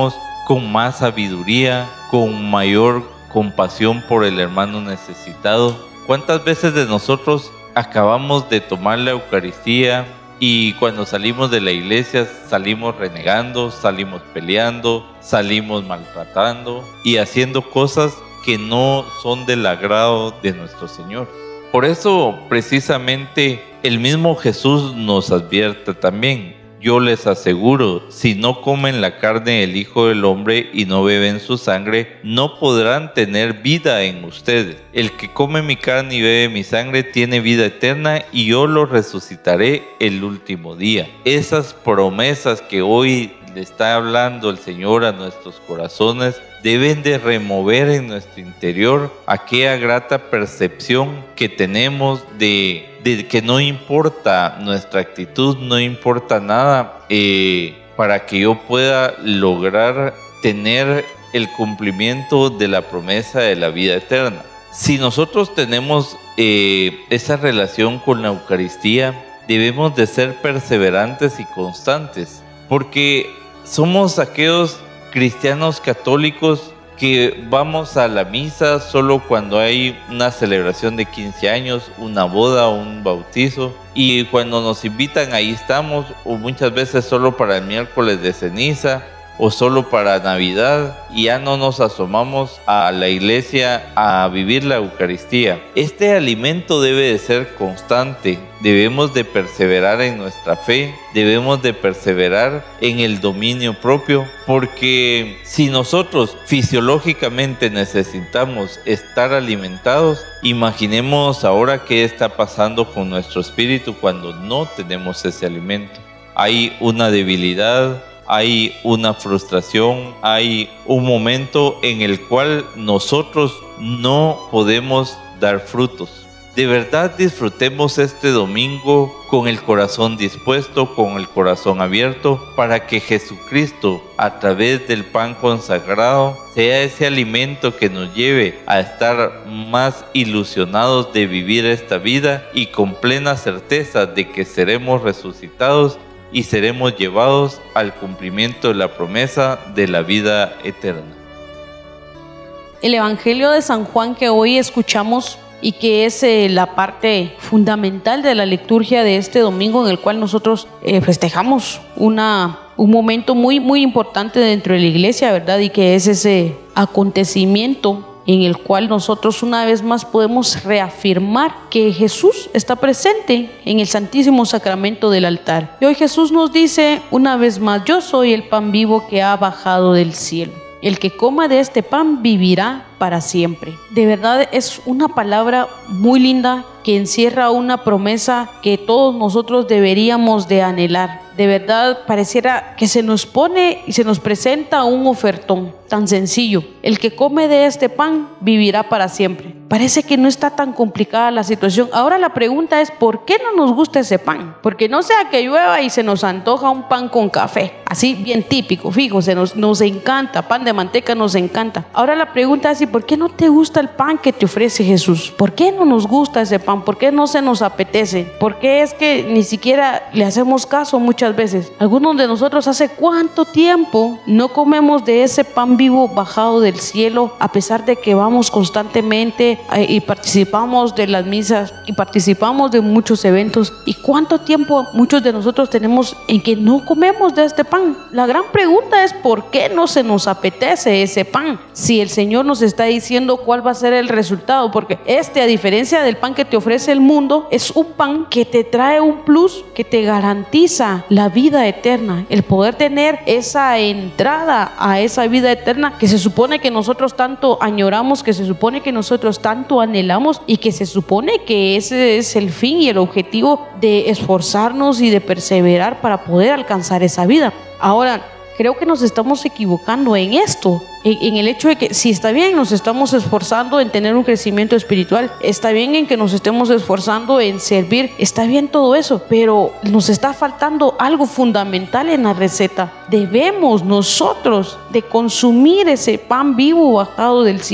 con más sabiduría, con mayor compasión por el hermano necesitado. ¿Cuántas veces de nosotros acabamos de tomar la Eucaristía y cuando salimos de la iglesia salimos renegando, salimos peleando, salimos maltratando y haciendo cosas que no son del agrado de nuestro Señor? Por eso precisamente el mismo Jesús nos advierte también: yo les aseguro, si no comen la carne del Hijo del Hombre y no beben su sangre, no podrán tener vida en ustedes. El que come mi carne y bebe mi sangre tiene vida eterna y yo lo resucitaré el último día. Esas promesas que hoy le está hablando el Señor a nuestros corazones deben de remover en nuestro interior aquella grata percepción que tenemos de, de que no importa nuestra actitud, no importa nada eh, para que yo pueda lograr tener el cumplimiento de la promesa de la vida eterna. Si nosotros tenemos eh, esa relación con la Eucaristía, debemos de ser perseverantes y constantes, porque somos aquellos cristianos católicos que vamos a la misa solo cuando hay una celebración de quince años, una boda o un bautizo, y cuando nos invitan ahí estamos, o muchas veces solo para el miércoles de ceniza o solo para Navidad, y ya no nos asomamos a la iglesia a vivir la Eucaristía. Este alimento debe de ser constante, debemos de perseverar en nuestra fe, debemos de perseverar en el dominio propio, porque si nosotros fisiológicamente necesitamos estar alimentados, imaginemos ahora qué está pasando con nuestro espíritu cuando no tenemos ese alimento. Hay una debilidad, hay una frustración, hay un momento en el cual nosotros no podemos dar frutos. De verdad disfrutemos este domingo con el corazón dispuesto, con el corazón abierto, para que Jesucristo, a través del pan consagrado, sea ese alimento que nos lleve a estar más ilusionados de vivir esta vida y con plena certeza de que seremos resucitados y seremos llevados al cumplimiento de la promesa de la vida eterna. El Evangelio de San Juan que hoy escuchamos y que es eh, la parte fundamental de la liturgia de este domingo, en el cual nosotros eh, festejamos una, un momento muy, muy importante dentro de la iglesia, ¿verdad? Y que es ese acontecimiento en el cual nosotros una vez más podemos reafirmar que Jesús está presente en el Santísimo Sacramento del altar. Y hoy Jesús nos dice una vez más: yo soy el pan vivo que ha bajado del cielo. El que coma de este pan vivirá para siempre. De verdad es una palabra muy linda que encierra una promesa que todos nosotros deberíamos de anhelar. De verdad pareciera que se nos pone y se nos presenta un ofertón tan sencillo: el que come de este pan vivirá para siempre. Parece que no está tan complicada la situación. Ahora la pregunta es: ¿por qué no nos gusta ese pan? Porque no sea que llueva y se nos antoja un pan con café, así bien típico, fijo, se nos, nos encanta, pan de manteca nos encanta. Ahora la pregunta es: ¿y por qué no te gusta el pan que te ofrece Jesús? ¿Por qué no nos gusta ese pan? ¿Por qué no se nos apetece? ¿Por qué es que ni siquiera le hacemos caso muchas veces? Algunos de nosotros hace cuánto tiempo no comemos de ese pan vivo bajado del cielo, a pesar de que vamos constantemente y participamos de las misas y participamos de muchos eventos. ¿Y cuánto tiempo muchos de nosotros tenemos en que no comemos de este pan? La gran pregunta es: ¿por qué no se nos apetece ese pan? Si el Señor nos está diciendo cuál va a ser el resultado, porque este, a diferencia del pan que te ofrece el mundo, es un pan que te trae un plus, que te garantiza la vida eterna, el poder tener esa entrada a esa vida eterna que se supone que nosotros tanto añoramos, que se supone que nosotros tanto anhelamos y que se supone que ese es el fin y el objetivo de esforzarnos y de perseverar para poder alcanzar esa vida. Ahora, creo que nos estamos equivocando en esto, en, en el hecho de que si está bien, nos estamos esforzando en tener un crecimiento espiritual, está bien en que nos estemos esforzando en servir, está bien todo eso, pero nos está faltando algo fundamental en la receta. Debemos nosotros de consumir ese pan vivo bajado del cielo.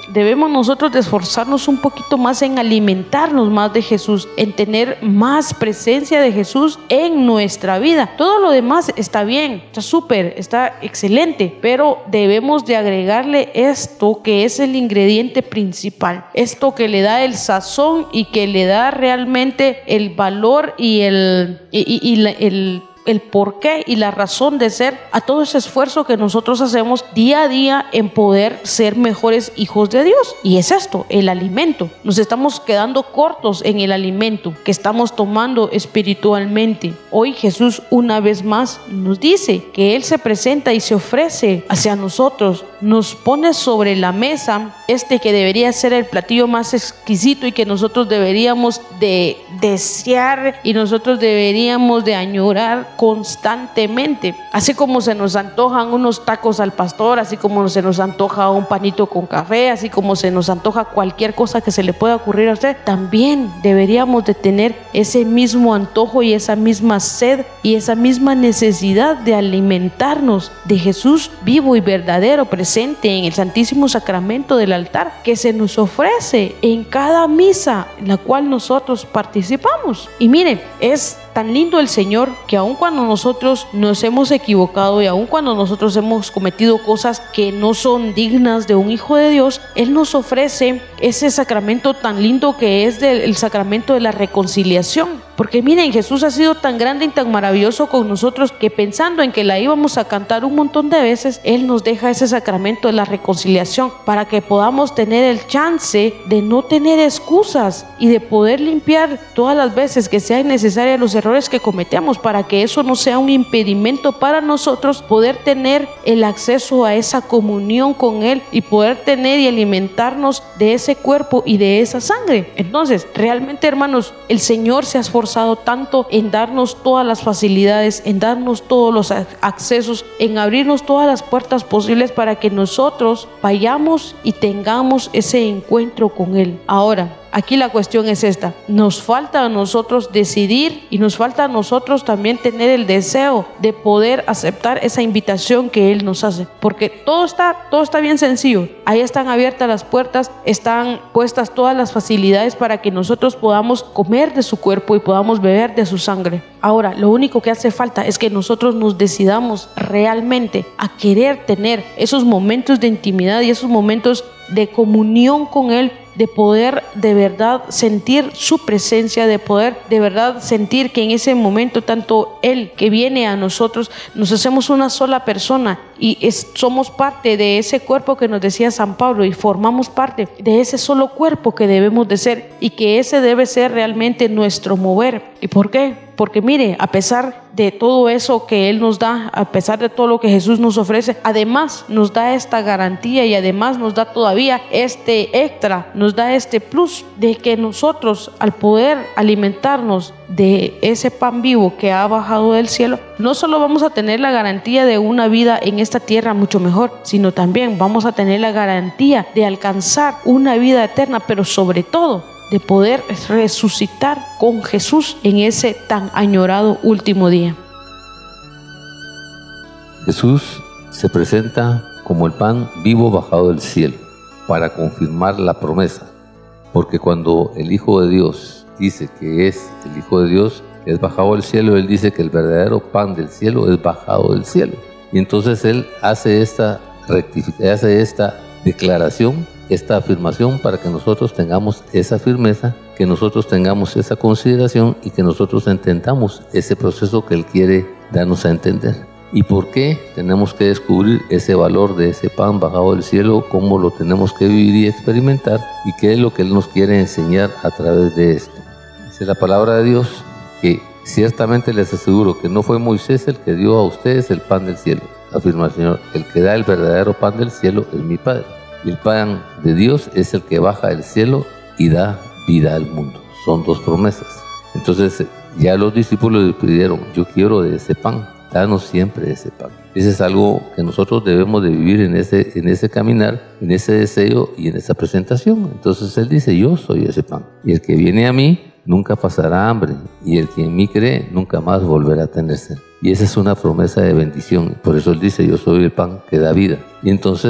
debemos nosotros de esforzarnos un poquito más en alimentarnos más de Jesús, en tener más presencia de Jesús en nuestra vida. Todo lo demás está bien, está súper, está excelente, pero debemos de agregarle esto que es el ingrediente principal, esto que le da el sazón y que le da realmente el valor y el, y, y, y la, el el porqué y la razón de ser a todo ese esfuerzo que nosotros hacemos día a día en poder ser mejores hijos de Dios. Y es esto, el alimento. Nos estamos quedando cortos en el alimento que estamos tomando espiritualmente. Hoy Jesús una vez más nos dice que Él se presenta y se ofrece hacia nosotros, nos pone sobre la mesa este que debería ser el platillo más exquisito y que nosotros deberíamos de desear y nosotros deberíamos de añorar constantemente. Así como se nos antojan unos tacos al pastor, así como se nos antoja un panito con café, así como se nos antoja cualquier cosa que se le pueda ocurrir a usted, también deberíamos de tener ese mismo antojo y esa misma sed y esa misma necesidad de alimentarnos de Jesús vivo y verdadero, presente en el Santísimo Sacramento del altar, que se nos ofrece en cada misa en la cual nosotros participamos. Y miren, es tan lindo el Señor que aun cuando nosotros nos hemos equivocado y aun cuando nosotros hemos cometido cosas que no son dignas de un hijo de Dios, Él nos ofrece ese sacramento tan lindo que es del, el sacramento de la reconciliación. Porque miren, Jesús ha sido tan grande y tan maravilloso con nosotros que pensando en que la íbamos a cantar un montón de veces, Él nos deja ese sacramento de la reconciliación para que podamos tener el chance de no tener excusas y de poder limpiar todas las veces que sean necesarias los errores que cometemos, para que eso no sea un impedimento para nosotros poder tener el acceso a esa comunión con Él y poder tener y alimentarnos de ese cuerpo y de esa sangre. Entonces, realmente, hermanos, el Señor se ha esforzado tanto en darnos todas las facilidades, en darnos todos los accesos, en abrirnos todas las puertas posibles para que nosotros vayamos y tengamos ese encuentro con Él. Ahora, aquí la cuestión es esta: nos falta a nosotros decidir y nos falta a nosotros también tener el deseo de poder aceptar esa invitación que Él nos hace, porque todo está, todo está bien sencillo. Ahí están abiertas las puertas, están puestas todas las facilidades para que nosotros podamos comer de su cuerpo y podamos beber de su sangre. Ahora, lo único que hace falta es que nosotros nos decidamos realmente a querer tener esos momentos de intimidad y esos momentos de comunión con Él, de poder de verdad sentir su presencia, de poder de verdad sentir que en ese momento tanto Él que viene a nosotros, nos hacemos una sola persona y es, somos parte de ese cuerpo que nos decía San Pablo, y formamos parte de ese solo cuerpo que debemos de ser, y que ese debe ser realmente nuestro mover. ¿Y por qué? Porque mire, a pesar de todo eso que Él nos da, a pesar de todo lo que Jesús nos ofrece, además nos da esta garantía y además nos da todavía este extra, nos da este plus de que nosotros, al poder alimentarnos de ese pan vivo que ha bajado del cielo, no solo vamos a tener la garantía de una vida en esta tierra mucho mejor, sino también vamos a tener la garantía de alcanzar una vida eterna, pero sobre todo de poder resucitar con Jesús en ese tan añorado último día. Jesús se presenta como el pan vivo bajado del cielo para confirmar la promesa, porque cuando el Hijo de Dios dice que es el Hijo de Dios, es bajado del cielo, Él dice que el verdadero pan del cielo es bajado del cielo. Y entonces Él hace esta rectificación, hace esta declaración, esta afirmación, para que nosotros tengamos esa firmeza, que nosotros tengamos esa consideración y que nosotros entendamos ese proceso que Él quiere darnos a entender. ¿Y por qué tenemos que descubrir ese valor de ese pan bajado del cielo? ¿Cómo lo tenemos que vivir y experimentar? ¿Y qué es lo que Él nos quiere enseñar a través de esto? Dice la palabra de Dios que ciertamente les aseguro que no fue Moisés el que dio a ustedes el pan del cielo. Afirma el Señor: el que da el verdadero pan del cielo es mi Padre. Y el pan de Dios es el que baja del cielo y da vida al mundo. Son dos promesas. Entonces ya los discípulos le pidieron: yo quiero de ese pan, danos siempre ese pan. Ese es algo que nosotros debemos de vivir en ese, en ese caminar, en ese deseo y en esa presentación. Entonces Él dice: yo soy ese pan, y el que viene a mí nunca pasará hambre, y el que en mí cree nunca más volverá a tener sed. Y esa es una promesa de bendición. Por eso Él dice: yo soy el pan que da vida. Y entonces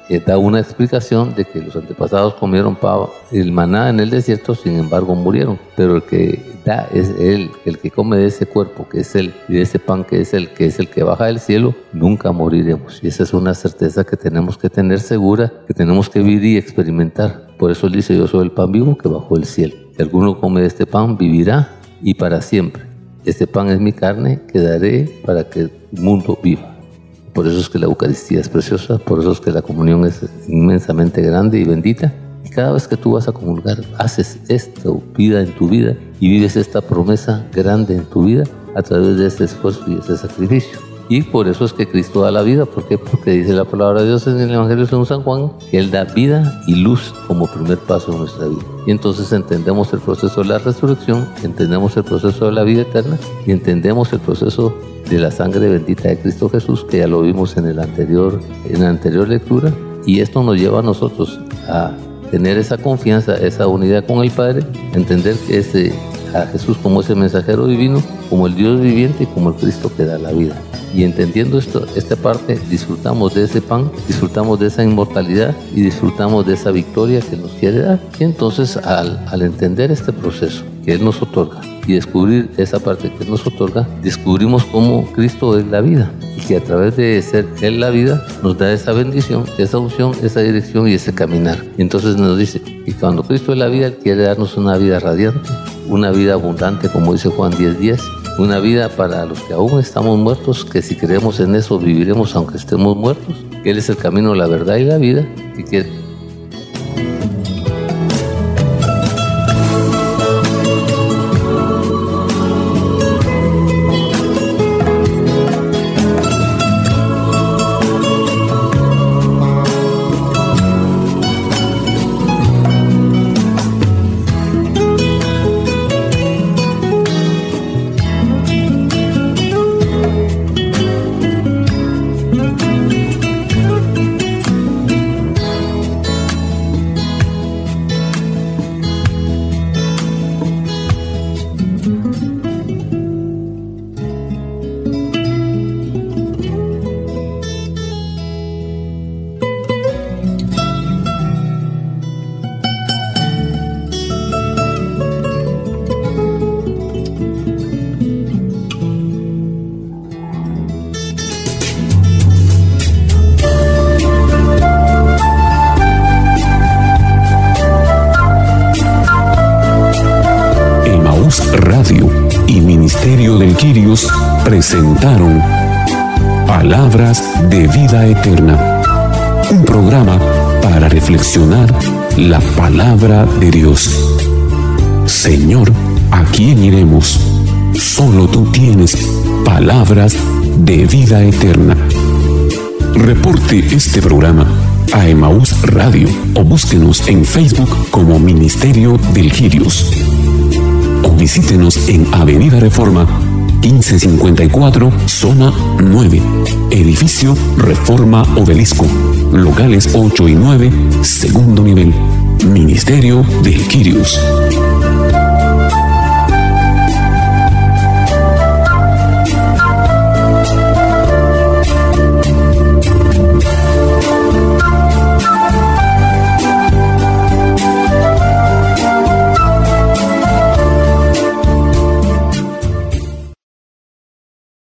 eh, da una explicación de que los antepasados comieron pavo, el maná en el desierto, sin embargo murieron, pero el que da es Él, el que come de ese cuerpo que es Él y de ese pan que es Él, que es el que baja del cielo, nunca moriremos. Y esa es una certeza que tenemos que tener segura, que tenemos que vivir y experimentar. Por eso Él dice: yo soy el pan vivo que bajó del cielo. Si alguno come de este pan, vivirá y para siempre. Este pan es mi carne que daré para que el mundo viva. Por eso es que la Eucaristía es preciosa, por eso es que la comunión es inmensamente grande y bendita. Y cada vez que tú vas a comulgar, haces esta vida en tu vida y vives esta promesa grande en tu vida a través de ese esfuerzo y ese sacrificio. Y por eso es que Cristo da la vida. ¿Por qué? Porque dice la palabra de Dios en el Evangelio según San Juan que Él da vida y luz como primer paso en nuestra vida. Y entonces entendemos el proceso de la resurrección, entendemos el proceso de la vida eterna y entendemos el proceso de la sangre bendita de Cristo Jesús, que ya lo vimos en, el anterior, en la anterior lectura. Y esto nos lleva a nosotros a tener esa confianza, esa unidad con el Padre, entender que ese, a Jesús como ese mensajero divino, como el Dios viviente y como el Cristo que da la vida. Y entendiendo esto, esta parte, disfrutamos de ese pan, disfrutamos de esa inmortalidad y disfrutamos de esa victoria que nos quiere dar. Y entonces, al, al entender este proceso que Él nos otorga y descubrir esa parte que Él nos otorga, descubrimos cómo Cristo es la vida y que a través de ser Él la vida nos da esa bendición, esa unción, esa dirección y ese caminar. Y entonces nos dice que cuando Cristo es la vida, Él quiere darnos una vida radiante, una vida abundante, como dice Juan diez diez. Una vida para los que aún estamos muertos, que si creemos en eso viviremos aunque estemos muertos. Él es el camino, la verdad y la vida. Y que Radio y Ministerio del Quirios presentaron Palabras de Vida Eterna, un programa para reflexionar la palabra de Dios. Señor, ¿a quién iremos? Solo tú tienes palabras de vida eterna. Reporte este programa a Emaús Radio o búsquenos en Facebook como Ministerio del Quirios. O visítenos en Avenida Reforma quince cincuenta y cuatro, zona nueve, edificio Reforma Obelisco, locales ocho y nueve, segundo nivel, Ministerio del Quirios.